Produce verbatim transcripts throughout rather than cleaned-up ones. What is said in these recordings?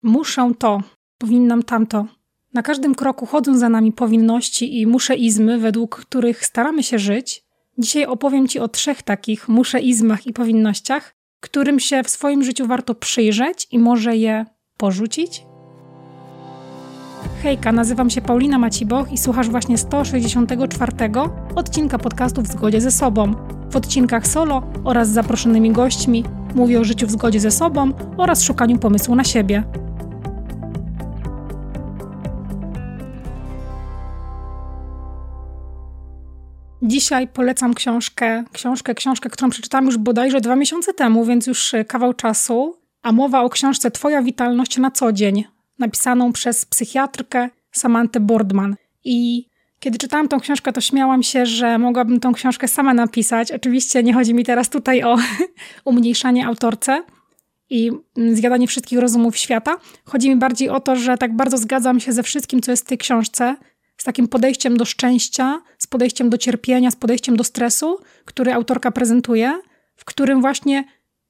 Muszę to, powinnam tamto. Na każdym kroku chodzą za nami powinności i muszeizmy, według których staramy się żyć. Dzisiaj opowiem Ci o trzech takich muszeizmach i powinnościach, którym się w swoim życiu warto przyjrzeć i może je porzucić. Hejka, nazywam się Paulina Maciboch i słuchasz właśnie sto sześćdziesiątego czwartego odcinka podcastu W zgodzie ze sobą. W odcinkach solo oraz z zaproszonymi gośćmi mówię o życiu w zgodzie ze sobą oraz szukaniu pomysłu na siebie. Dzisiaj polecam książkę, książkę, książkę, którą przeczytałam już bodajże dwa miesiące temu, więc już kawał czasu. A mowa o książce Twoja witalność na co dzień, napisaną przez psychiatrkę Samantę Boardman. I kiedy czytałam tą książkę, to śmiałam się, że mogłabym tą książkę sama napisać. Oczywiście nie chodzi mi teraz tutaj o umniejszanie autorce i zjadanie wszystkich rozumów świata. Chodzi mi bardziej o to, że tak bardzo zgadzam się ze wszystkim, co jest w tej książce, z takim podejściem do szczęścia, z podejściem do cierpienia, z podejściem do stresu, który autorka prezentuje, w którym właśnie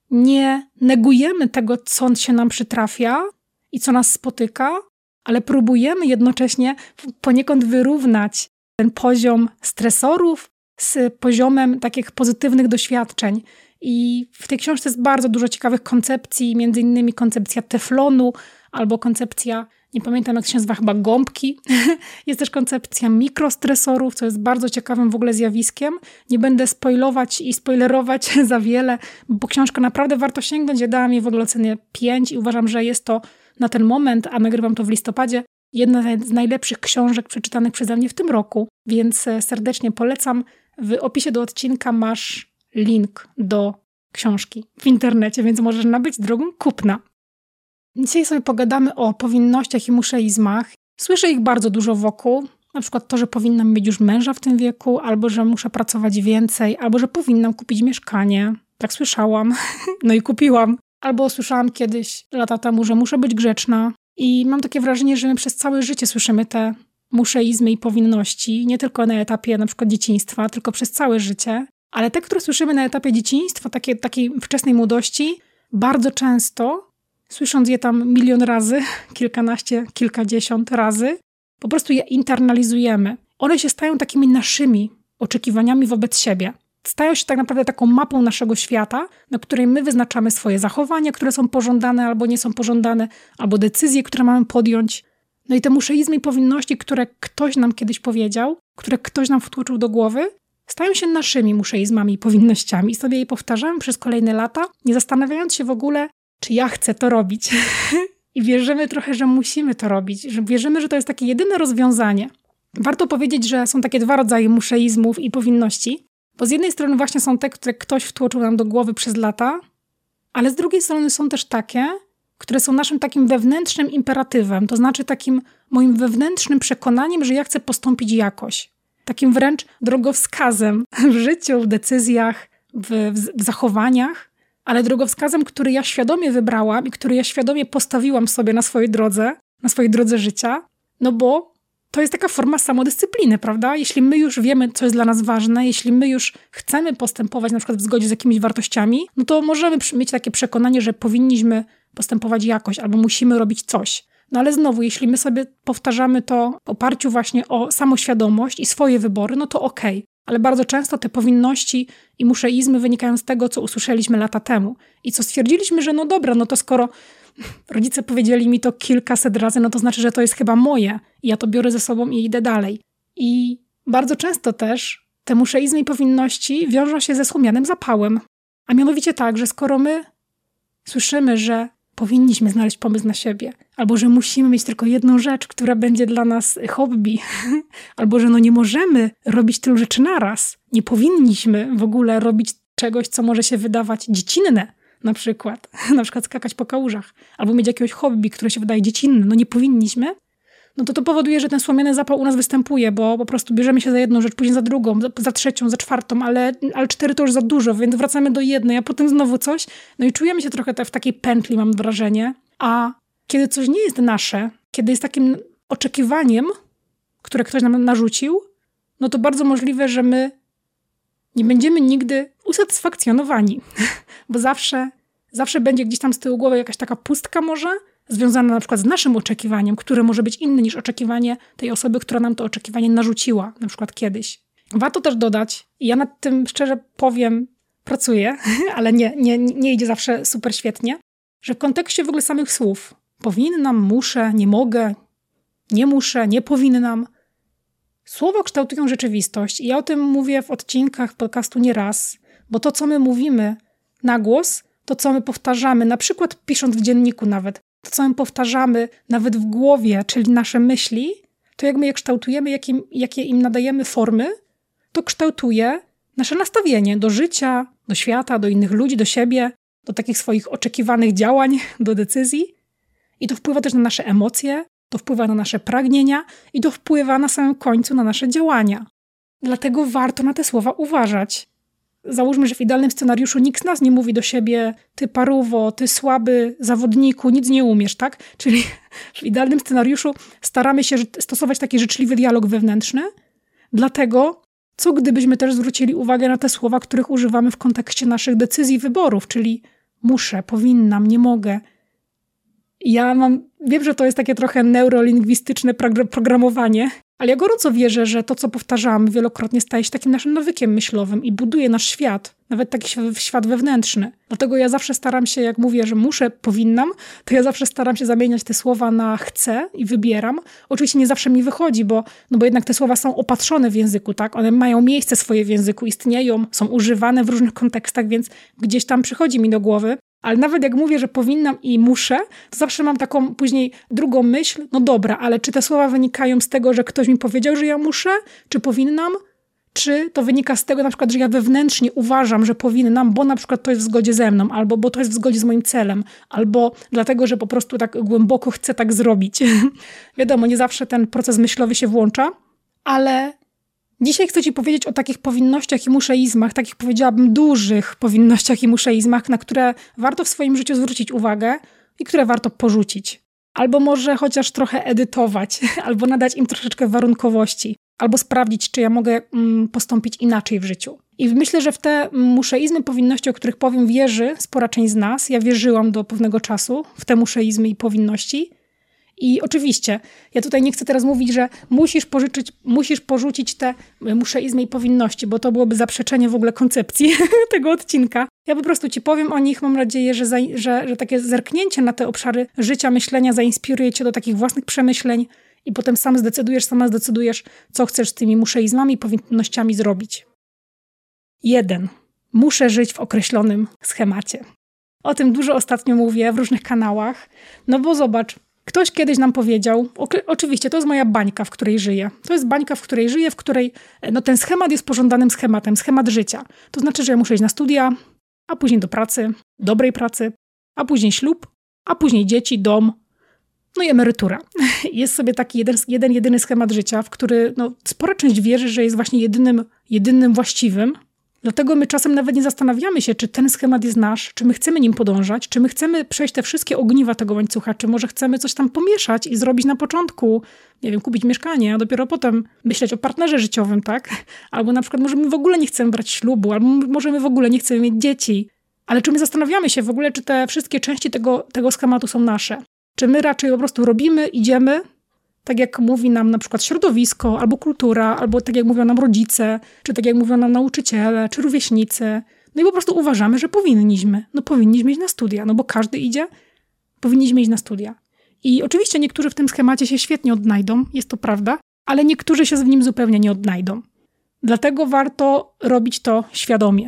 nie negujemy tego, co się nam przytrafia i co nas spotyka, ale próbujemy jednocześnie poniekąd wyrównać ten poziom stresorów z poziomem takich pozytywnych doświadczeń. I w tej książce jest bardzo dużo ciekawych koncepcji, między innymi koncepcja teflonu albo koncepcja, nie pamiętam jak się nazywa, chyba gąbki. Jest też koncepcja mikrostresorów, co jest bardzo ciekawym w ogóle zjawiskiem. Nie będę spoilować i spoilerować za wiele, bo książka naprawdę warto sięgnąć. Ja dałam jej w ogóle ocenie pięć i uważam, że jest to na ten moment, a nagrywam to w listopadzie, jedna z najlepszych książek przeczytanych przeze mnie w tym roku, więc serdecznie polecam. W opisie do odcinka masz link do książki w internecie, więc możesz nabyć drogą kupna. Dzisiaj sobie pogadamy o powinnościach i muszeizmach. Słyszę ich bardzo dużo wokół, na przykład to, że powinnam mieć już męża w tym wieku, albo że muszę pracować więcej, albo że powinnam kupić mieszkanie. Tak słyszałam, no i kupiłam. Albo słyszałam kiedyś, lata temu, że muszę być grzeczna. I mam takie wrażenie, że my przez całe życie słyszymy te muszeizmy i powinności, nie tylko na etapie na przykład dzieciństwa, tylko przez całe życie. Ale te, które słyszymy na etapie dzieciństwa, takie, takiej wczesnej młodości, bardzo często, słysząc je tam milion razy, kilkanaście, kilkadziesiąt razy, po prostu je internalizujemy. One się stają takimi naszymi oczekiwaniami wobec siebie. Stają się tak naprawdę taką mapą naszego świata, na której my wyznaczamy swoje zachowania, które są pożądane albo nie są pożądane, albo decyzje, które mamy podjąć. No i te muszeizmy i powinności, które ktoś nam kiedyś powiedział, które ktoś nam wtłoczył do głowy, stają się naszymi muszeizmami i powinnościami i sobie je powtarzamy przez kolejne lata, nie zastanawiając się w ogóle, czy ja chcę to robić. I wierzymy trochę, że musimy to robić, że wierzymy, że to jest takie jedyne rozwiązanie. Warto powiedzieć, że są takie dwa rodzaje muszeizmów i powinności, bo z jednej strony właśnie są te, które ktoś wtłoczył nam do głowy przez lata, ale z drugiej strony są też takie, które są naszym takim wewnętrznym imperatywem, to znaczy takim moim wewnętrznym przekonaniem, że ja chcę postąpić jakoś. Takim wręcz drogowskazem w życiu, w decyzjach, w, w zachowaniach, ale drogowskazem, który ja świadomie wybrałam i który ja świadomie postawiłam sobie na swojej drodze, na swojej drodze życia, no bo to jest taka forma samodyscypliny, prawda? Jeśli my już wiemy, co jest dla nas ważne, jeśli my już chcemy postępować na przykład w zgodzie z jakimiś wartościami, no to możemy mieć takie przekonanie, że powinniśmy postępować jakoś albo musimy robić coś. No ale znowu, jeśli my sobie powtarzamy to w oparciu właśnie o samoświadomość i swoje wybory, no to okej. Okay. Ale bardzo często te powinności i muszeizmy wynikają z tego, co usłyszeliśmy lata temu. I co stwierdziliśmy, że no dobra, no to skoro rodzice powiedzieli mi to kilkaset razy, no to znaczy, że to jest chyba moje. I ja to biorę ze sobą i idę dalej. I bardzo często też te muszeizmy i powinności wiążą się ze słomianym zapałem. A mianowicie tak, że skoro my słyszymy, że powinniśmy znaleźć pomysł na siebie, albo że musimy mieć tylko jedną rzecz, która będzie dla nas hobby, albo że no nie możemy robić tylu rzeczy naraz. Nie powinniśmy w ogóle robić czegoś, co może się wydawać dziecinne, na przykład. Na przykład skakać po kałużach, albo mieć jakiegoś hobby, które się wydaje dziecinne. No nie powinniśmy. No to to powoduje, że ten słomiany zapał u nas występuje, bo po prostu bierzemy się za jedną rzecz, później za drugą, za, za trzecią, za czwartą, ale, ale cztery to już za dużo, więc wracamy do jednej, a potem znowu coś. No i czujemy się trochę te, w takiej pętli, mam wrażenie. A kiedy coś nie jest nasze, kiedy jest takim oczekiwaniem, które ktoś nam narzucił, no to bardzo możliwe, że my nie będziemy nigdy usatysfakcjonowani, bo zawsze, zawsze będzie gdzieś tam z tyłu głowy jakaś taka pustka może, związana na przykład z naszym oczekiwaniem, które może być inne niż oczekiwanie tej osoby, która nam to oczekiwanie narzuciła, na przykład kiedyś. Warto też dodać, i ja nad tym szczerze powiem, pracuję, ale nie, nie, nie idzie zawsze super świetnie, że w kontekście w ogóle samych słów powinnam, muszę, nie mogę, nie muszę, nie powinnam. Słowa kształtują rzeczywistość i ja o tym mówię w odcinkach podcastu nieraz, bo to, co my mówimy na głos, to, co my powtarzamy, na przykład pisząc w dzienniku nawet, to, co my powtarzamy nawet w głowie, czyli nasze myśli, to jak my je kształtujemy, jakie, jakie im nadajemy formy, to kształtuje nasze nastawienie do życia, do świata, do innych ludzi, do siebie, do takich swoich oczekiwanych działań, do decyzji. I to wpływa też na nasze emocje, to wpływa na nasze pragnienia i to wpływa na samym końcu na nasze działania. Dlatego warto na te słowa uważać. Załóżmy, że w idealnym scenariuszu nikt z nas nie mówi do siebie ty parówo, ty słaby zawodniku, nic nie umiesz, tak? Czyli w idealnym scenariuszu staramy się stosować taki życzliwy dialog wewnętrzny. Dlatego, co gdybyśmy też zwrócili uwagę na te słowa, których używamy w kontekście naszych decyzji, wyborów, czyli muszę, powinnam, nie mogę. Ja mam, wiem, że to jest takie trochę neurolingwistyczne programowanie, ale ja gorąco wierzę, że to, co powtarzamy wielokrotnie, staje się takim naszym nawykiem myślowym i buduje nasz świat, nawet taki świat wewnętrzny. Dlatego ja zawsze staram się, jak mówię, że muszę, powinnam, to ja zawsze staram się zamieniać te słowa na chcę i wybieram. Oczywiście nie zawsze mi wychodzi, bo, no bo jednak te słowa są opatrzone w języku, tak? One mają miejsce swoje w języku, istnieją, są używane w różnych kontekstach, więc gdzieś tam przychodzi mi do głowy. Ale nawet jak mówię, że powinnam i muszę, to zawsze mam taką później drugą myśl, no dobra, ale czy te słowa wynikają z tego, że ktoś mi powiedział, że ja muszę, czy powinnam, czy to wynika z tego na przykład, że ja wewnętrznie uważam, że powinnam, bo na przykład to jest w zgodzie ze mną, albo bo to jest w zgodzie z moim celem, albo dlatego, że po prostu tak głęboko chcę tak zrobić. Wiadomo, nie zawsze ten proces myślowy się włącza, ale dzisiaj chcę ci powiedzieć o takich powinnościach i muszeizmach, takich powiedziałabym dużych powinnościach i muszeizmach, na które warto w swoim życiu zwrócić uwagę i które warto porzucić. Albo może chociaż trochę edytować, albo nadać im troszeczkę warunkowości, albo sprawdzić, czy ja mogę mm, postąpić inaczej w życiu. I myślę, że w te muszeizmy, powinności, o których powiem, wierzy spora część z nas. Ja wierzyłam do pewnego czasu w te muszeizmy i powinności. I oczywiście, ja tutaj nie chcę teraz mówić, że musisz, pożyczyć, musisz porzucić te muszeizmy i powinności, bo to byłoby zaprzeczenie w ogóle koncepcji tego odcinka. Ja po prostu ci powiem o nich, mam nadzieję, że, za, że, że takie zerknięcie na te obszary życia, myślenia zainspiruje cię do takich własnych przemyśleń i potem sam zdecydujesz, sama zdecydujesz, co chcesz z tymi muszeizmami i powinnościami zrobić. Jeden. Muszę żyć w określonym schemacie. O tym dużo ostatnio mówię w różnych kanałach, no bo zobacz, ktoś kiedyś nam powiedział, oczywiście to jest moja bańka, w której żyję. To jest bańka, w której żyję, w której no, ten schemat jest pożądanym schematem, schemat życia. To znaczy, że ja muszę iść na studia, a później do pracy, dobrej pracy, a później ślub, a później dzieci, dom, no i emerytura. Jest sobie taki jeden, jeden jedyny schemat życia, w który no, spora część wierzy, że jest właśnie jedynym, jedynym właściwym. Dlatego my czasem nawet nie zastanawiamy się, czy ten schemat jest nasz, czy my chcemy nim podążać, czy my chcemy przejść te wszystkie ogniwa tego łańcucha, czy może chcemy coś tam pomieszać i zrobić na początku, nie wiem, kupić mieszkanie, a dopiero potem myśleć o partnerze życiowym, tak? Albo na przykład może my w ogóle nie chcemy brać ślubu, albo może my w ogóle nie chcemy mieć dzieci. Ale czy my zastanawiamy się w ogóle, czy te wszystkie części tego, tego schematu są nasze? Czy my raczej po prostu robimy, idziemy, tak jak mówi nam na przykład środowisko, albo kultura, albo tak jak mówią nam rodzice, czy tak jak mówią nam nauczyciele, czy rówieśnicy. No i po prostu uważamy, że powinniśmy. No powinniśmy iść na studia, no bo każdy idzie, powinniśmy iść na studia. I oczywiście niektórzy w tym schemacie się świetnie odnajdą, jest to prawda, ale niektórzy się w nim zupełnie nie odnajdą. Dlatego warto robić to świadomie.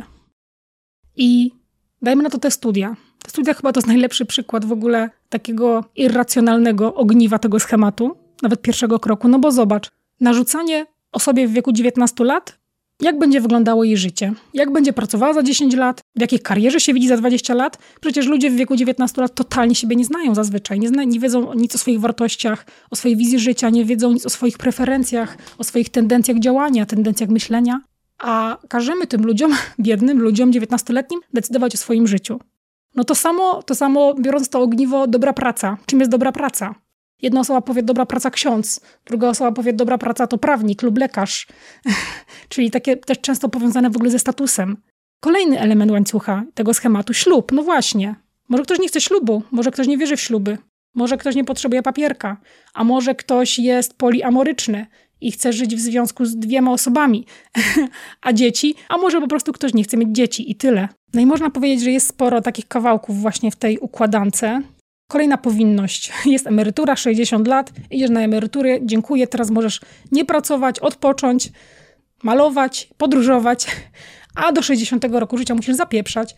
I dajmy na to te studia. Te studia chyba to jest najlepszy przykład w ogóle takiego irracjonalnego ogniwa tego schematu, nawet pierwszego kroku. No bo zobacz, narzucanie osobie w wieku dziewiętnastu lat, jak będzie wyglądało jej życie, jak będzie pracowała za dziesięć lat, w jakiej karierze się widzi za dwadzieścia lat. Przecież ludzie w wieku dziewiętnastu lat totalnie siebie nie znają zazwyczaj, nie, zna, nie wiedzą nic o swoich wartościach, o swojej wizji życia, nie wiedzą nic o swoich preferencjach, o swoich tendencjach działania, tendencjach myślenia, a każemy tym ludziom, biednym ludziom dziewiętnastoletnim decydować o swoim życiu. No to samo, to samo biorąc to ogniwo, dobra praca. Czym jest dobra praca? Jedna osoba powie dobra praca ksiądz, druga osoba powie dobra praca to prawnik lub lekarz. Czyli takie też często powiązane w ogóle ze statusem. Kolejny element łańcucha tego schematu, ślub. No właśnie. Może ktoś nie chce ślubu, może ktoś nie wierzy w śluby. Może ktoś nie potrzebuje papierka, a może ktoś jest poliamoryczny i chce żyć w związku z dwiema osobami, a dzieci, a może po prostu ktoś nie chce mieć dzieci i tyle. No i można powiedzieć, że jest sporo takich kawałków właśnie w tej układance. Kolejna powinność. Jest emerytura, sześćdziesiąt lat, idziesz na emeryturę, dziękuję, teraz możesz nie pracować, odpocząć, malować, podróżować, a do sześćdziesiątego roku życia musisz zapieprzać.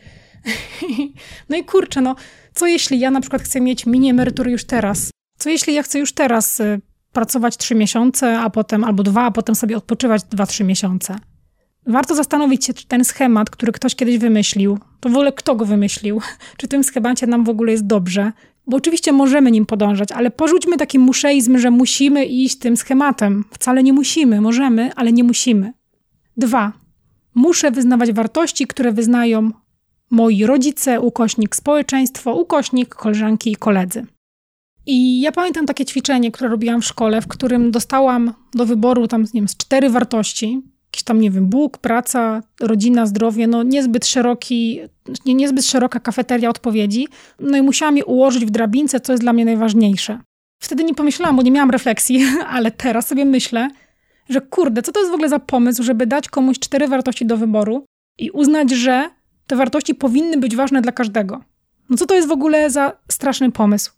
No i kurczę, no co jeśli ja na przykład chcę mieć mini emeryturę już teraz? Co jeśli ja chcę już teraz y, pracować trzy miesiące, a potem albo dwa, a potem sobie odpoczywać dwa, trzy miesiące? Warto zastanowić się, czy ten schemat, który ktoś kiedyś wymyślił, to w ogóle kto go wymyślił? Czy w tym schemacie nam w ogóle jest dobrze? Bo oczywiście możemy nim podążać, ale porzućmy taki muszeizm, że musimy iść tym schematem. Wcale nie musimy, możemy, ale nie musimy. Dwa. Muszę wyznawać wartości, które wyznają moi rodzice, ukośnik społeczeństwo, ukośnik koleżanki i koledzy. I ja pamiętam takie ćwiczenie, które robiłam w szkole, w którym dostałam do wyboru tam, nie wiem, z cztery wartości. Jakiś tam, nie wiem, Bóg, praca, rodzina, zdrowie, no niezbyt szeroki, nie, niezbyt szeroka kafeteria odpowiedzi. No i musiałam je ułożyć w drabince, co jest dla mnie najważniejsze. Wtedy nie pomyślałam, bo nie miałam refleksji, ale teraz sobie myślę, że kurde, co to jest w ogóle za pomysł, żeby dać komuś cztery wartości do wyboru i uznać, że te wartości powinny być ważne dla każdego. No co to jest w ogóle za straszny pomysł?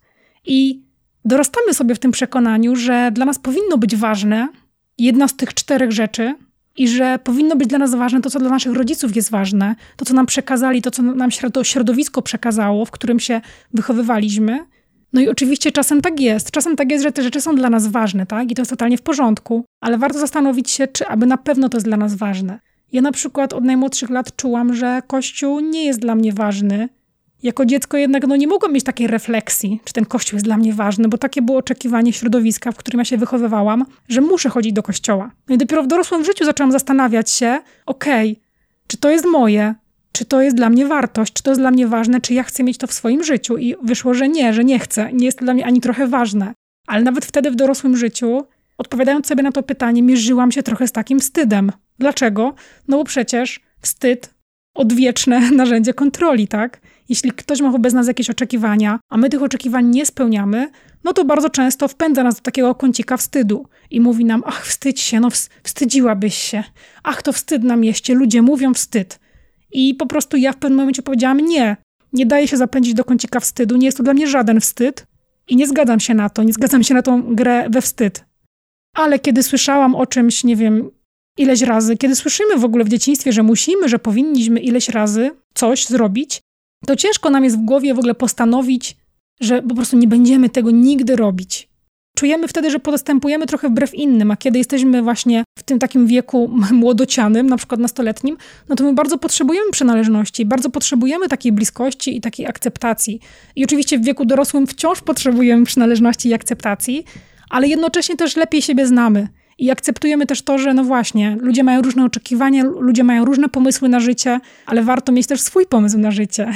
I dorastamy sobie w tym przekonaniu, że dla nas powinno być ważne jedna z tych czterech rzeczy i że powinno być dla nas ważne to, co dla naszych rodziców jest ważne, to, co nam przekazali, to, co nam środowisko przekazało, w którym się wychowywaliśmy. No i oczywiście czasem tak jest. Czasem tak jest, że te rzeczy są dla nas ważne, tak? I to jest totalnie w porządku. Ale warto zastanowić się, czy aby na pewno to jest dla nas ważne. Ja na przykład od najmłodszych lat czułam, że Kościół nie jest dla mnie ważny. Jako dziecko jednak no, nie mogłam mieć takiej refleksji, czy ten Kościół jest dla mnie ważny, bo takie było oczekiwanie środowiska, w którym ja się wychowywałam, że muszę chodzić do kościoła. No i dopiero w dorosłym życiu zaczęłam zastanawiać się, okej, okay, czy to jest moje, czy to jest dla mnie wartość, czy to jest dla mnie ważne, czy ja chcę mieć to w swoim życiu. I wyszło, że nie, że nie chcę. Nie jest to dla mnie ani trochę ważne. Ale nawet wtedy w dorosłym życiu, odpowiadając sobie na to pytanie, mierzyłam się trochę z takim wstydem. Dlaczego? No bo przecież wstyd, odwieczne narzędzie kontroli, tak? Jeśli ktoś ma wobec nas jakieś oczekiwania, a my tych oczekiwań nie spełniamy, no to bardzo często wpędza nas do takiego kącika wstydu i mówi nam, ach, wstydź się, no wstydziłabyś się. Ach, to wstyd na mieście, ludzie mówią wstyd. I po prostu ja w pewnym momencie powiedziałam, nie, nie daję się zapędzić do kącika wstydu, nie jest to dla mnie żaden wstyd i nie zgadzam się na to, nie zgadzam się na tą grę we wstyd. Ale kiedy słyszałam o czymś, nie wiem, ileś razy, kiedy słyszymy w ogóle w dzieciństwie, że musimy, że powinniśmy ileś razy coś zrobić, to ciężko nam jest w głowie w ogóle postanowić, że po prostu nie będziemy tego nigdy robić. Czujemy wtedy, że postępujemy trochę wbrew innym, a kiedy jesteśmy właśnie w tym takim wieku młodocianym, na przykład nastoletnim, no to my bardzo potrzebujemy przynależności, bardzo potrzebujemy takiej bliskości i takiej akceptacji. I oczywiście w wieku dorosłym wciąż potrzebujemy przynależności i akceptacji, ale jednocześnie też lepiej siebie znamy. I akceptujemy też to, że no właśnie, ludzie mają różne oczekiwania, ludzie mają różne pomysły na życie, ale warto mieć też swój pomysł na życie.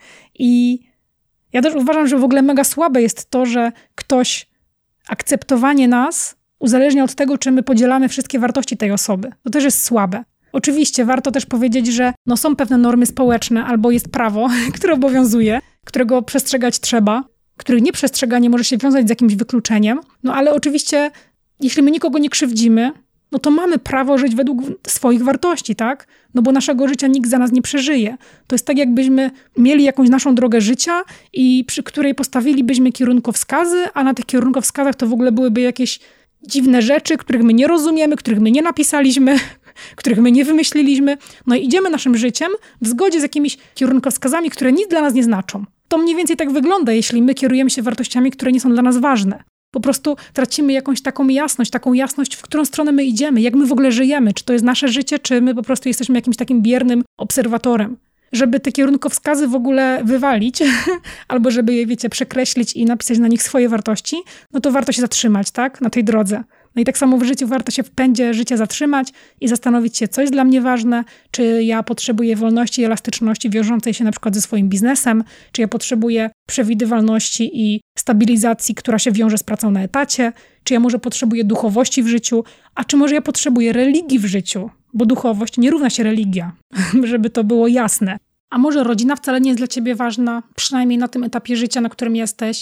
I ja też uważam, że w ogóle mega słabe jest to, że ktoś akceptowanie nas uzależnia od tego, czy my podzielamy wszystkie wartości tej osoby. To też jest słabe. Oczywiście warto też powiedzieć, że no są pewne normy społeczne albo jest prawo, które obowiązuje, którego przestrzegać trzeba, których nieprzestrzeganie może się wiązać z jakimś wykluczeniem, no ale oczywiście jeśli my nikogo nie krzywdzimy, no to mamy prawo żyć według swoich wartości, tak? No bo naszego życia nikt za nas nie przeżyje. To jest tak, jakbyśmy mieli jakąś naszą drogę życia i przy której postawilibyśmy kierunkowskazy, a na tych kierunkowskazach to w ogóle byłyby jakieś dziwne rzeczy, których my nie rozumiemy, których my nie napisaliśmy, których my nie wymyśliliśmy. No i idziemy naszym życiem w zgodzie z jakimiś kierunkowskazami, które nic dla nas nie znaczą. To mniej więcej tak wygląda, jeśli my kierujemy się wartościami, które nie są dla nas ważne. Po prostu tracimy jakąś taką jasność, taką jasność, w którą stronę my idziemy, jak my w ogóle żyjemy, czy to jest nasze życie, czy my po prostu jesteśmy jakimś takim biernym obserwatorem. Żeby te kierunkowskazy w ogóle wywalić, albo żeby je, wiecie, przekreślić i napisać na nich swoje wartości, no to warto się zatrzymać, tak, na tej drodze. No i tak samo w życiu warto się w pędzie życia zatrzymać i zastanowić się, co jest dla mnie ważne, czy ja potrzebuję wolności i elastyczności wiążącej się na przykład ze swoim biznesem, czy ja potrzebuję przewidywalności i stabilizacji, która się wiąże z pracą na etacie, czy ja może potrzebuję duchowości w życiu, a czy może ja potrzebuję religii w życiu, bo duchowość nie równa się religia, żeby to było jasne. A może rodzina wcale nie jest dla ciebie ważna, przynajmniej na tym etapie życia, na którym jesteś,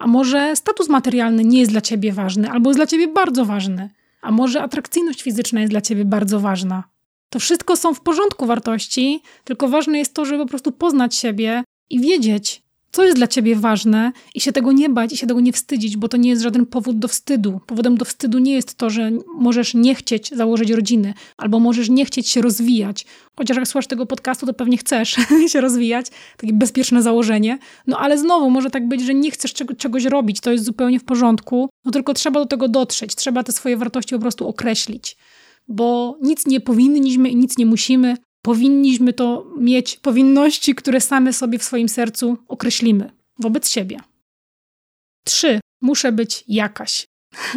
A może status materialny nie jest dla ciebie ważny, albo jest dla ciebie bardzo ważny. A może atrakcyjność fizyczna jest dla ciebie bardzo ważna. To wszystko są w porządku wartości, tylko ważne jest to, żeby po prostu poznać siebie i wiedzieć, co jest dla ciebie ważne i się tego nie bać i się tego nie wstydzić, bo to nie jest żaden powód do wstydu. Powodem do wstydu nie jest to, że możesz nie chcieć założyć rodziny albo możesz nie chcieć się rozwijać. Chociaż jak słuchasz tego podcastu, to pewnie chcesz się rozwijać. Takie bezpieczne założenie. No ale znowu może tak być, że nie chcesz czego, czegoś robić. To jest zupełnie w porządku. No tylko trzeba do tego dotrzeć. Trzeba te swoje wartości po prostu określić. Bo nic nie powinniśmy i nic nie musimy. Powinniśmy to mieć powinności, które same sobie w swoim sercu określimy wobec siebie. Trzy. Muszę być jakaś.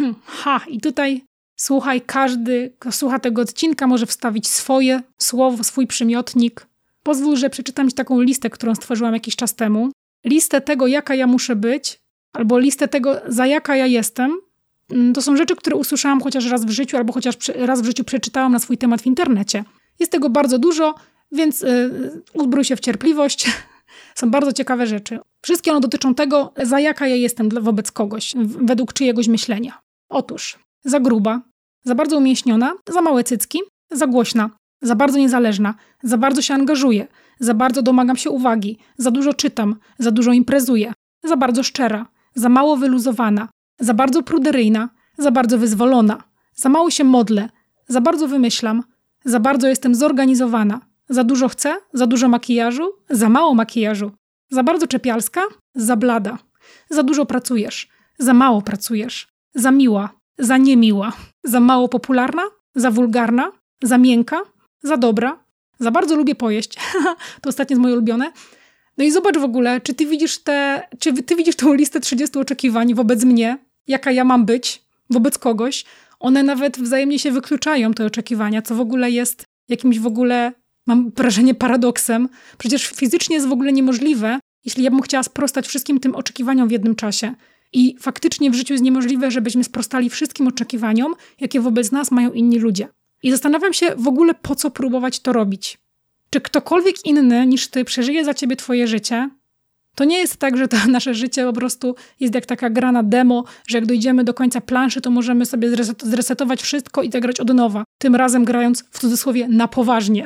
Ha, i tutaj słuchaj, każdy, kto słucha tego odcinka, może wstawić swoje słowo, swój przymiotnik. Pozwól, że przeczytam ci taką listę, którą stworzyłam jakiś czas temu. Listę tego, jaka ja muszę być, albo listę tego, za jaka ja jestem. To są rzeczy, które usłyszałam chociaż raz w życiu, albo chociaż raz w życiu przeczytałam na swój temat w internecie. Jest tego bardzo dużo, więc yy, uzbrój się w cierpliwość. Są bardzo ciekawe rzeczy. Wszystkie one dotyczą tego, za jaka ja jestem wobec kogoś, w, według czyjegoś myślenia. Otóż za gruba, za bardzo umięśniona, za małe cycki, za głośna, za bardzo niezależna, za bardzo się angażuję, za bardzo domagam się uwagi, za dużo czytam, za dużo imprezuję, za bardzo szczera, za mało wyluzowana, za bardzo pruderyjna, za bardzo wyzwolona, za mało się modlę, za bardzo wymyślam, za bardzo jestem zorganizowana, za dużo chcę, za dużo makijażu, za mało makijażu, za bardzo czepialska, za blada, za dużo pracujesz, za mało pracujesz, za miła, za niemiła, za mało popularna, za wulgarna, za miękka, za dobra, za bardzo lubię pojeść. To ostatnie jest moje ulubione. No i zobacz w ogóle, czy ty widzisz te, czy ty widzisz tą listę trzydziestu oczekiwań wobec mnie, jaka ja mam być, wobec kogoś. One nawet wzajemnie się wykluczają, te oczekiwania, co w ogóle jest jakimś w ogóle, mam wrażenie, paradoksem. Przecież fizycznie jest w ogóle niemożliwe, jeśli ja bym chciała sprostać wszystkim tym oczekiwaniom w jednym czasie. I faktycznie w życiu jest niemożliwe, żebyśmy sprostali wszystkim oczekiwaniom, jakie wobec nas mają inni ludzie. I zastanawiam się w ogóle, po co próbować to robić. Czy ktokolwiek inny niż ty przeżyje za ciebie twoje życie? To nie jest tak, że to nasze życie po prostu jest jak taka gra na demo, że jak dojdziemy do końca planszy, to możemy sobie zreset- zresetować wszystko i zagrać od nowa. Tym razem grając w cudzysłowie na poważnie.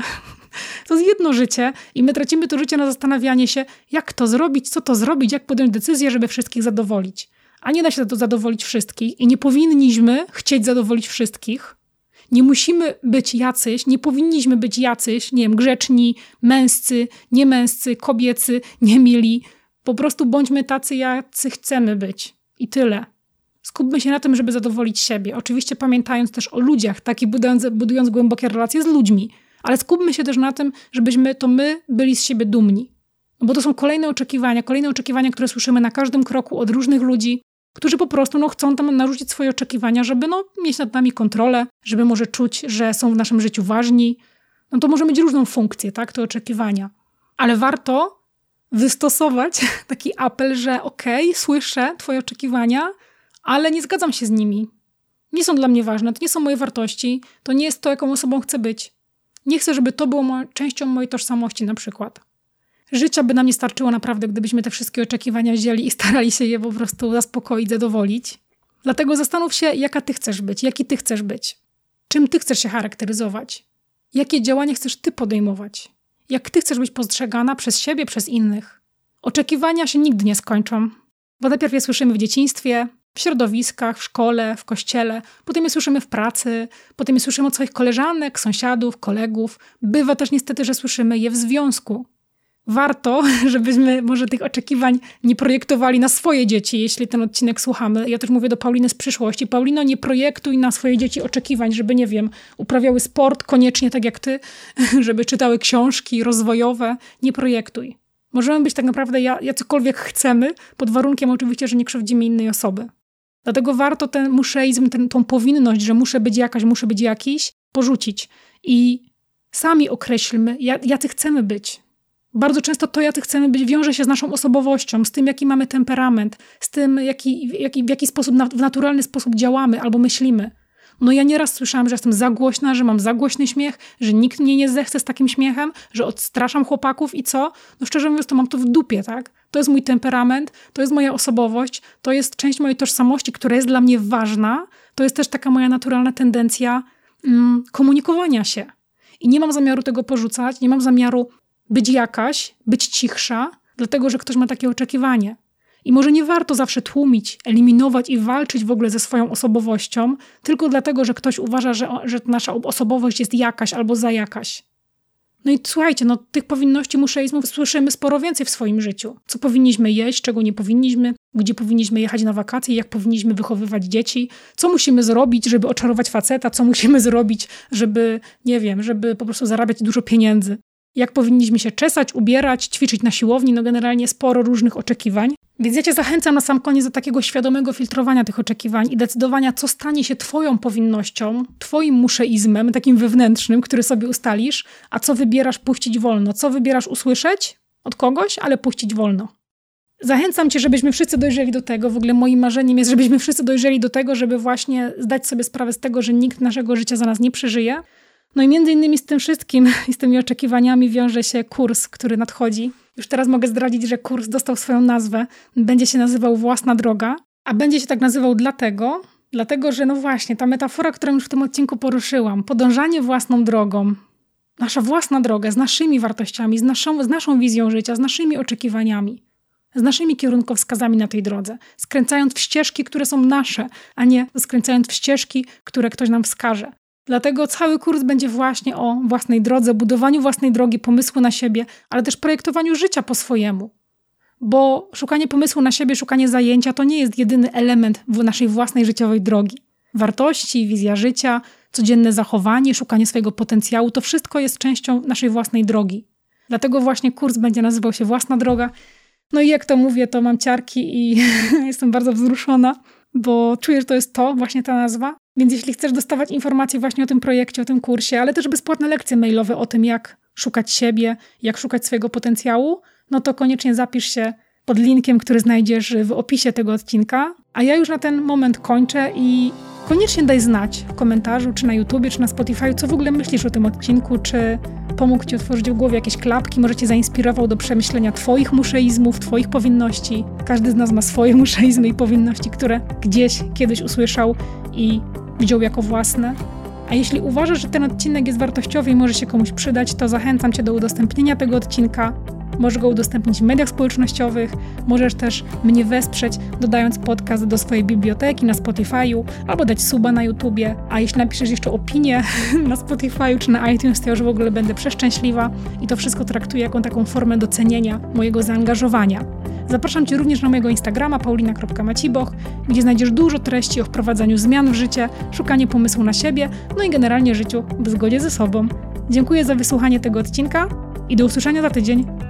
To jest jedno życie i my tracimy to życie na zastanawianie się, jak to zrobić, co to zrobić, jak podjąć decyzję, żeby wszystkich zadowolić. A nie da się to zadowolić wszystkich i nie powinniśmy chcieć zadowolić wszystkich. Nie musimy być jacyś, nie powinniśmy być jacyś, nie wiem, grzeczni, męscy, niemęscy, kobiecy, niemili. Po prostu bądźmy tacy, jacy chcemy być. I tyle. Skupmy się na tym, żeby zadowolić siebie. Oczywiście pamiętając też o ludziach, tak i budując, budując głębokie relacje z ludźmi. Ale skupmy się też na tym, żebyśmy to my byli z siebie dumni. No bo to są kolejne oczekiwania, kolejne oczekiwania, które słyszymy na każdym kroku od różnych ludzi, którzy po prostu no, chcą tam narzucić swoje oczekiwania, żeby no, mieć nad nami kontrolę, żeby może czuć, że są w naszym życiu ważni. No to może mieć różną funkcję, tak, te oczekiwania. Ale warto wystosować taki apel, że okej, okay, słyszę twoje oczekiwania, ale nie zgadzam się z nimi. Nie są dla mnie ważne, to nie są moje wartości, to nie jest to, jaką osobą chcę być. Nie chcę, żeby to było mo- częścią mojej tożsamości na przykład. Życia by nam nie starczyło naprawdę, gdybyśmy te wszystkie oczekiwania wzięli i starali się je po prostu zaspokoić, zadowolić. Dlatego zastanów się, jaka ty chcesz być, jaki ty chcesz być. Czym ty chcesz się charakteryzować? Jakie działania chcesz ty podejmować? Jak ty chcesz być postrzegana przez siebie, przez innych? Oczekiwania się nigdy nie skończą. Bo najpierw je słyszymy w dzieciństwie, w środowiskach, w szkole, w kościele, potem je słyszymy w pracy, potem je słyszymy od swoich koleżanek, sąsiadów, kolegów. Bywa też niestety, że słyszymy je w związku. Warto, żebyśmy może tych oczekiwań nie projektowali na swoje dzieci, jeśli ten odcinek słuchamy. Ja też mówię do Pauliny z przyszłości. Paulino, nie projektuj na swoje dzieci oczekiwań, żeby, nie wiem, uprawiały sport koniecznie tak jak ty, żeby czytały książki rozwojowe. Nie projektuj. Możemy być tak naprawdę jacokolwiek chcemy, pod warunkiem oczywiście, że nie krzywdzimy innej osoby. Dlatego warto ten muszeizm, ten, tą powinność, że muszę być jakaś, muszę być jakiś, porzucić. I sami określmy, jacy chcemy być. Bardzo często to, jacy chcemy być, wiąże się z naszą osobowością, z tym, jaki mamy temperament, z tym, jaki, jaki, w jaki sposób, w naturalny sposób działamy albo myślimy. No ja nieraz słyszałam, że jestem za głośna, że mam za głośny śmiech, że nikt mnie nie zechce z takim śmiechem, że odstraszam chłopaków i co? No szczerze mówiąc, to mam to w dupie, tak? To jest mój temperament, to jest moja osobowość, to jest część mojej tożsamości, która jest dla mnie ważna. To jest też taka moja naturalna tendencja mm, komunikowania się. I nie mam zamiaru tego porzucać, nie mam zamiaru być jakaś, być cichsza, dlatego, że ktoś ma takie oczekiwanie. I może nie warto zawsze tłumić, eliminować i walczyć w ogóle ze swoją osobowością, tylko dlatego, że ktoś uważa, że, że nasza osobowość jest jakaś albo za jakaś. No i słuchajcie, no tych powinności, muszeizmów słyszymy sporo więcej w swoim życiu. Co powinniśmy jeść, czego nie powinniśmy, gdzie powinniśmy jechać na wakacje, jak powinniśmy wychowywać dzieci, co musimy zrobić, żeby oczarować faceta, co musimy zrobić, żeby, nie wiem, żeby po prostu zarabiać dużo pieniędzy. Jak powinniśmy się czesać, ubierać, ćwiczyć na siłowni, no generalnie sporo różnych oczekiwań. Więc ja cię zachęcam na sam koniec do takiego świadomego filtrowania tych oczekiwań i decydowania, co stanie się twoją powinnością, twoim muszeizmem, takim wewnętrznym, który sobie ustalisz, a co wybierasz puścić wolno, co wybierasz usłyszeć od kogoś, ale puścić wolno. Zachęcam cię, żebyśmy wszyscy dojrzeli do tego, w ogóle moim marzeniem jest, żebyśmy wszyscy dojrzeli do tego, żeby właśnie zdać sobie sprawę z tego, że nikt naszego życia za nas nie przeżyje. No i między innymi z tym wszystkim i z tymi oczekiwaniami wiąże się kurs, który nadchodzi. Już teraz mogę zdradzić, że kurs dostał swoją nazwę. Będzie się nazywał Własna Droga, a będzie się tak nazywał dlatego, dlatego, że no właśnie, ta metafora, którą już w tym odcinku poruszyłam, podążanie własną drogą, nasza własna droga z naszymi wartościami, z naszą, z naszą wizją życia, z naszymi oczekiwaniami, z naszymi kierunkowskazami na tej drodze, skręcając w ścieżki, które są nasze, a nie skręcając w ścieżki, które ktoś nam wskaże. Dlatego cały kurs będzie właśnie o własnej drodze, budowaniu własnej drogi, pomysłu na siebie, ale też projektowaniu życia po swojemu. Bo szukanie pomysłu na siebie, szukanie zajęcia to nie jest jedyny element w naszej własnej życiowej drogi. Wartości, wizja życia, codzienne zachowanie, szukanie swojego potencjału, to wszystko jest częścią naszej własnej drogi. Dlatego właśnie kurs będzie nazywał się Własna Droga. No i jak to mówię, to mam ciarki i jestem bardzo wzruszona, bo czuję, że to jest to, właśnie ta nazwa. Więc jeśli chcesz dostawać informacje właśnie o tym projekcie, o tym kursie, ale też bezpłatne lekcje mailowe o tym, jak szukać siebie, jak szukać swojego potencjału, no to koniecznie zapisz się pod linkiem, który znajdziesz w opisie tego odcinka. A ja już na ten moment kończę i koniecznie daj znać w komentarzu, czy na YouTubie, czy na Spotify, co w ogóle myślisz o tym odcinku, czy pomógł ci otworzyć w głowie jakieś klapki, może cię zainspirował do przemyślenia twoich muszeizmów, twoich powinności. Każdy z nas ma swoje muszeizmy i powinności, które gdzieś kiedyś usłyszał i wziął jako własne. A jeśli uważasz, że ten odcinek jest wartościowy i może się komuś przydać, to zachęcam cię do udostępnienia tego odcinka. Możesz go udostępnić w mediach społecznościowych, możesz też mnie wesprzeć, dodając podcast do swojej biblioteki na Spotify'u albo dać suba na YouTubie. A jeśli napiszesz jeszcze opinię na Spotify'u czy na iTunes, to ja już w ogóle będę przeszczęśliwa i to wszystko traktuję jako taką formę docenienia mojego zaangażowania. Zapraszam cię również na mojego Instagrama paulina kropka maciboch, gdzie znajdziesz dużo treści o wprowadzaniu zmian w życie, szukaniu pomysłu na siebie, no i generalnie życiu w zgodzie ze sobą. Dziękuję za wysłuchanie tego odcinka i do usłyszenia za tydzień.